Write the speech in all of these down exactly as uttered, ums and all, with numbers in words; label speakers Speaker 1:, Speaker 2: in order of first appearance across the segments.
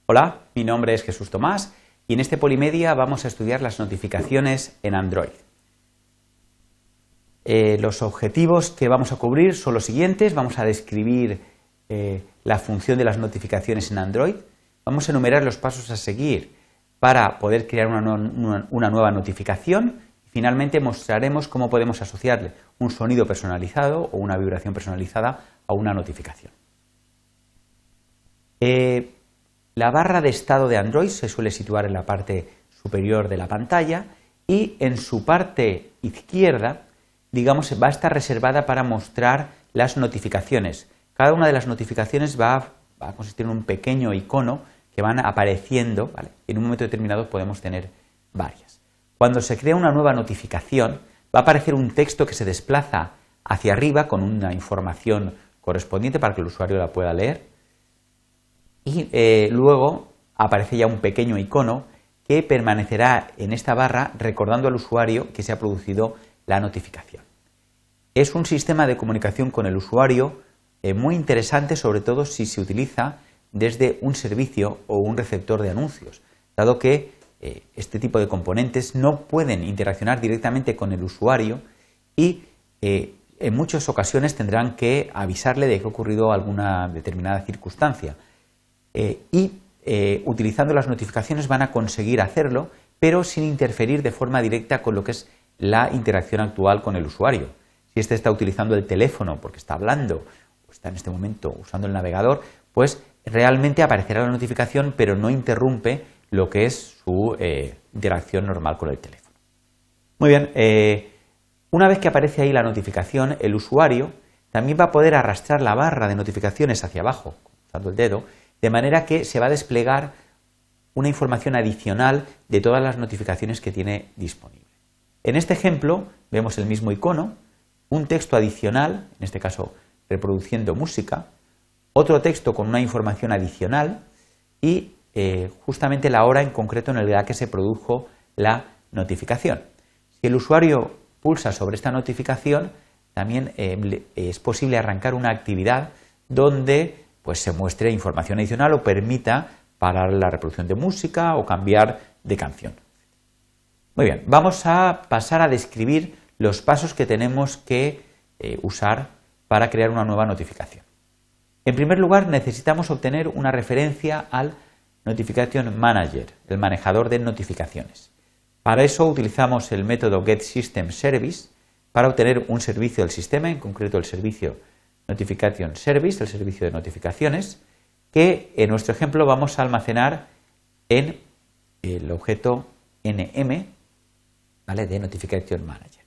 Speaker 1: Hola, mi nombre es Jesús Tomás y en este Polimedia vamos a estudiar las notificaciones en Android. Eh, los objetivos que vamos a cubrir son los siguientes. Vamos a describir eh, la función de las notificaciones en Android. Vamos a enumerar los pasos a seguir para poder crear una, una, una nueva notificación. Finalmente mostraremos cómo podemos asociarle un sonido personalizado o una vibración personalizada a una notificación. Eh, la barra de estado de Android se suele situar en la parte superior de la pantalla y en su parte izquierda, digamos, va a estar reservada para mostrar las notificaciones. Cada una de las notificaciones va a, va a consistir en un pequeño icono que van apareciendo, ¿vale? En un momento determinado podemos tener varias. Cuando se crea una nueva notificación, va a aparecer un texto que se desplaza hacia arriba con una información correspondiente para que el usuario la pueda leer. Y eh, luego aparece ya un pequeño icono que permanecerá en esta barra recordando al usuario que se ha producido la notificación. Es un sistema de comunicación con el usuario eh, muy interesante, sobre todo si se utiliza desde un servicio o un receptor de anuncios, dado que eh, este tipo de componentes no pueden interaccionar directamente con el usuario y eh, en muchas ocasiones tendrán que avisarle de que ha ocurrido alguna determinada circunstancia. Eh, y eh, utilizando las notificaciones van a conseguir hacerlo, pero sin interferir de forma directa con lo que es la interacción actual con el usuario. Si éste está utilizando el teléfono porque está hablando o está en este momento usando el navegador, pues realmente aparecerá la notificación, pero no interrumpe lo que es su eh, interacción normal con el teléfono. Muy bien, eh, una vez que aparece ahí la notificación, el usuario también va a poder arrastrar la barra de notificaciones hacia abajo, usando el dedo, de manera que se va a desplegar una información adicional de todas las notificaciones que tiene disponible. En este ejemplo vemos el mismo icono, un texto adicional, en este caso reproduciendo música, otro texto con una información adicional y eh, justamente la hora en concreto en la que se produjo la notificación. Si el usuario pulsa sobre esta notificación, también eh, es posible arrancar una actividad donde pues se muestre información adicional o permita parar la reproducción de música o cambiar de canción. Muy bien, vamos a pasar a describir los pasos que tenemos que eh, usar para crear una nueva notificación. En primer lugar, necesitamos obtener una referencia al Notification Manager, el manejador de notificaciones. Para eso utilizamos el método getSystemService para obtener un servicio del sistema, en concreto el servicio Notification Service, el servicio de notificaciones, que en nuestro ejemplo vamos a almacenar en el objeto N M, ¿vale?, de Notification Manager.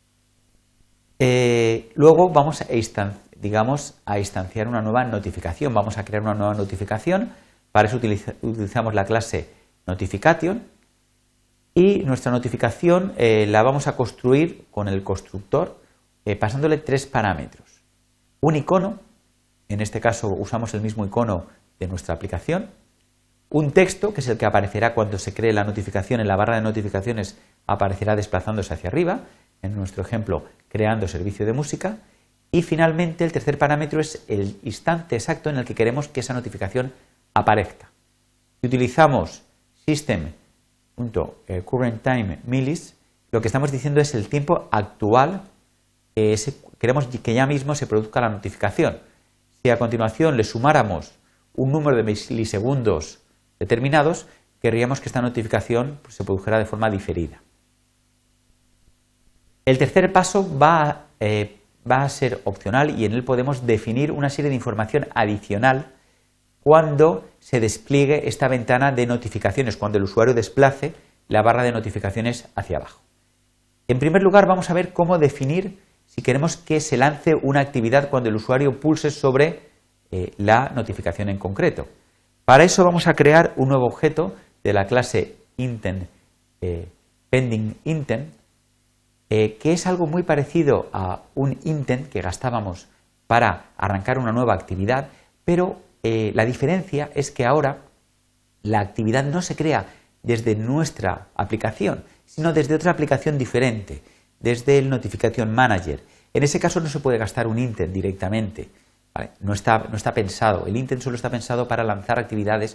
Speaker 1: Eh, luego vamos a, instan digamos, a instanciar una nueva notificación. Vamos a crear una nueva notificación. Para eso utiliza utilizamos la clase Notification y nuestra notificación eh, la vamos a construir con el constructor eh, pasándole tres parámetros. Un icono, en este caso usamos el mismo icono de nuestra aplicación, un texto, que es el que aparecerá cuando se cree la notificación, en la barra de notificaciones aparecerá desplazándose hacia arriba, en nuestro ejemplo creando servicio de música, y finalmente el tercer parámetro es el instante exacto en el que queremos que esa notificación aparezca. Si utilizamos system.currentTime.millis, lo que estamos diciendo es el tiempo actual que ese, queremos que ya mismo se produzca la notificación. Si a continuación le sumáramos un número de milisegundos determinados, querríamos que esta notificación pues, se produjera de forma diferida. El tercer paso va, eh, va a ser opcional y en él podemos definir una serie de información adicional cuando se despliegue esta ventana de notificaciones, cuando el usuario desplace la barra de notificaciones hacia abajo. En primer lugar, vamos a ver cómo definir si queremos que se lance una actividad cuando el usuario pulse sobre eh, la notificación en concreto. Para eso vamos a crear un nuevo objeto de la clase intent, eh, pending intent, eh, que es algo muy parecido a un intent que gastábamos para arrancar una nueva actividad, pero eh, la diferencia es que ahora la actividad no se crea desde nuestra aplicación, sino desde otra aplicación diferente, desde el Notification Manager. En ese caso no se puede gastar un intent directamente, ¿vale? No está, no está pensado, el intent solo está pensado para lanzar actividades, o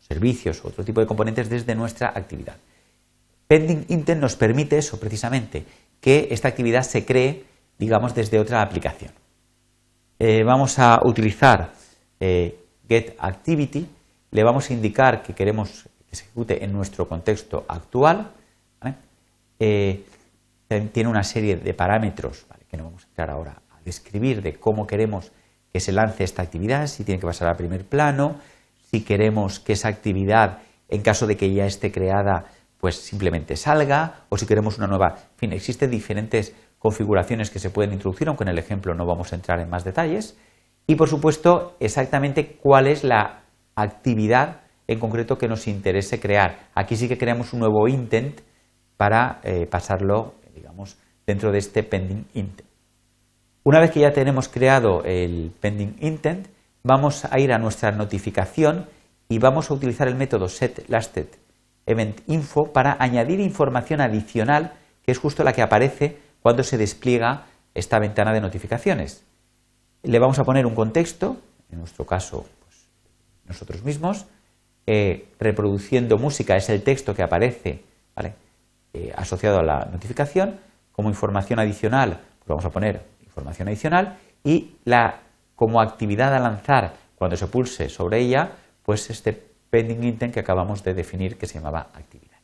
Speaker 1: servicios u otro tipo de componentes desde nuestra actividad. Pending Intent nos permite eso precisamente, que esta actividad se cree, digamos, desde otra aplicación. Eh, vamos a utilizar eh, getActivity, le vamos a indicar que queremos que se ejecute en nuestro contexto actual, ¿vale? Eh, tiene una serie de parámetros, ¿vale?, que no vamos a entrar ahora a describir, de cómo queremos que se lance esta actividad, si tiene que pasar al primer plano, si queremos que esa actividad, en caso de que ya esté creada, pues simplemente salga, o si queremos una nueva. En fin, existen diferentes configuraciones que se pueden introducir, aunque en el ejemplo no vamos a entrar en más detalles. Y, por supuesto, exactamente cuál es la actividad en concreto que nos interese crear. Aquí sí que creamos un nuevo intent para eh, pasarlo, digamos, dentro de este pending intent. Una vez que ya tenemos creado el pending intent, vamos a ir a nuestra notificación y vamos a utilizar el método setLastedEventInfo para añadir información adicional, que es justo la que aparece cuando se despliega esta ventana de notificaciones. Le vamos a poner un contexto, en nuestro caso, pues, nosotros mismos. Eh, reproduciendo música es el texto que aparece, ¿vale?, eh, asociado a la notificación. Como información adicional, pues vamos a poner información adicional, y la, como actividad a lanzar cuando se pulse sobre ella, pues este pending intent que acabamos de definir, que se llamaba actividad.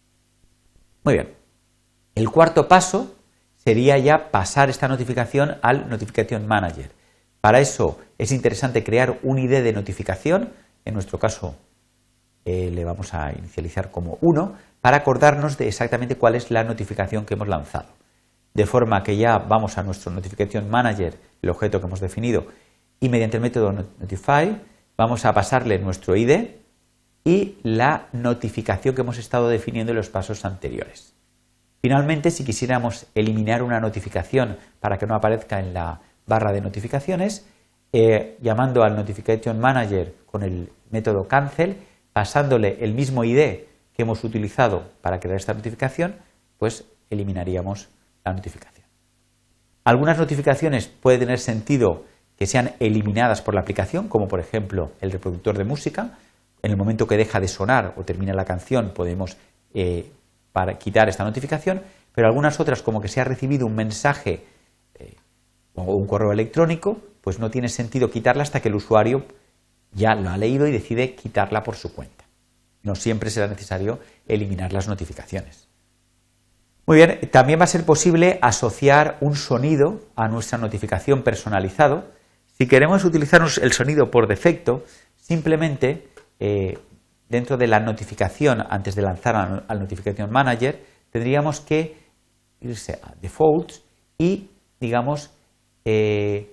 Speaker 1: Muy bien. El cuarto paso sería ya pasar esta notificación al Notification Manager. Para eso es interesante crear un I D de notificación. En nuestro caso eh, le vamos a inicializar como uno, para acordarnos de exactamente cuál es la notificación que hemos lanzado. De forma que ya vamos a nuestro Notification Manager, el objeto que hemos definido, y mediante el método Notify vamos a pasarle nuestro I D y la notificación que hemos estado definiendo en los pasos anteriores. Finalmente, si quisiéramos eliminar una notificación para que no aparezca en la barra de notificaciones, eh, llamando al Notification Manager con el método Cancel, pasándole el mismo I D que hemos utilizado para crear esta notificación, pues eliminaríamos la notificación. Algunas notificaciones puede tener sentido que sean eliminadas por la aplicación, como por ejemplo el reproductor de música. En el momento que deja de sonar o termina la canción podemos eh, para quitar esta notificación, pero algunas otras, como que se ha recibido un mensaje eh, o un correo electrónico, pues no tiene sentido quitarla hasta que el usuario ya lo ha leído y decide quitarla por su cuenta. No siempre será necesario eliminar las notificaciones. Muy bien, también va a ser posible asociar un sonido a nuestra notificación personalizado. Si queremos utilizar el sonido por defecto, simplemente eh, dentro de la notificación, antes de lanzar al, al Notification Manager, tendríamos que irse a Defaults y, digamos, eh,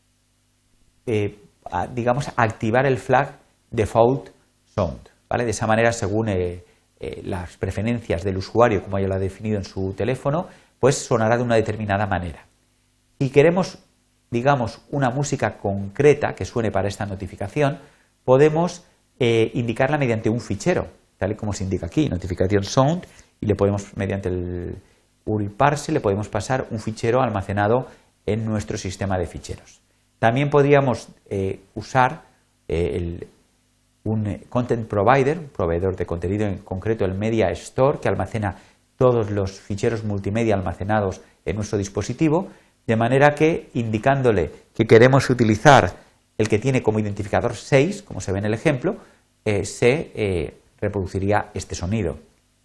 Speaker 1: eh, a, digamos, activar el flag Default Sound, ¿vale? De esa manera, según eh, eh, las preferencias del usuario, como ya lo ha definido en su teléfono, pues sonará de una determinada manera. Si queremos, digamos, una música concreta que suene para esta notificación, podemos eh, indicarla mediante un fichero, tal y como se indica aquí, Notification Sound, y le podemos, mediante el U R I parse, le podemos pasar un fichero almacenado en nuestro sistema de ficheros. También podríamos eh, usar eh, el, un Content Provider, un proveedor de contenido, en concreto el Media Store, que almacena todos los ficheros multimedia almacenados en nuestro dispositivo, de manera que, indicándole que queremos utilizar el que tiene como identificador seis, como se ve en el ejemplo, eh, se eh, reproduciría este sonido.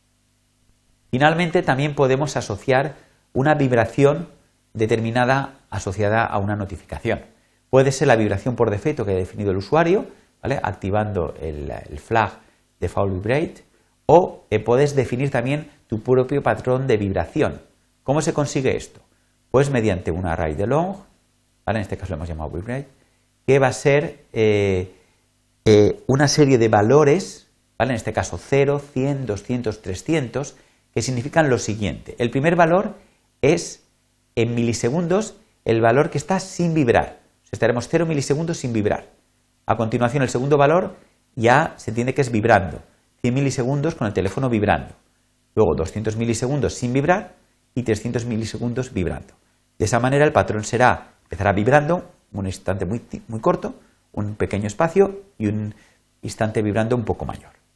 Speaker 1: Finalmente, también podemos asociar una vibración determinada asociada a una notificación. Puede ser la vibración por defecto que ha definido el usuario, ¿vale?, activando el, el flag Default Vibrate, o eh, puedes definir también tu propio patrón de vibración. ¿Cómo se consigue esto? Pues mediante un array de long, ¿vale?, en este caso lo hemos llamado Vibrate, que va a ser eh, eh, una serie de valores, ¿vale?, en este caso cero, cien, doscientos, trescientos, que significan lo siguiente. El primer valor es en milisegundos el valor que está sin vibrar. O sea, estaremos cero milisegundos sin vibrar. A continuación, el segundo valor ya se entiende que es vibrando. cien milisegundos con el teléfono vibrando. Luego doscientos milisegundos sin vibrar y trescientos milisegundos vibrando. De esa manera el patrón será, empezará vibrando un instante muy, muy corto, un pequeño espacio y un instante vibrando un poco mayor.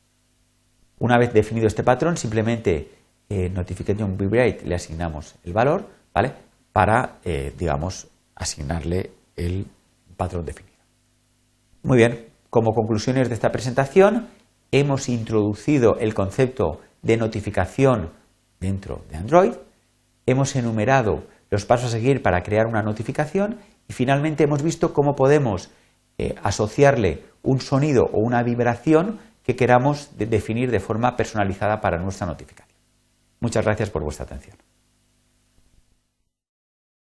Speaker 1: Una vez definido este patrón, simplemente eh, Notification Vibrate le asignamos el valor, ¿vale? Para, eh, digamos, asignarle el patrón definido. Muy bien, como conclusiones de esta presentación, hemos introducido el concepto de notificación dentro de Android, hemos enumerado los pasos a seguir para crear una notificación y finalmente hemos visto cómo podemos eh, asociarle un sonido o una vibración que queramos de definir de forma personalizada para nuestra notificación. Muchas gracias por vuestra atención.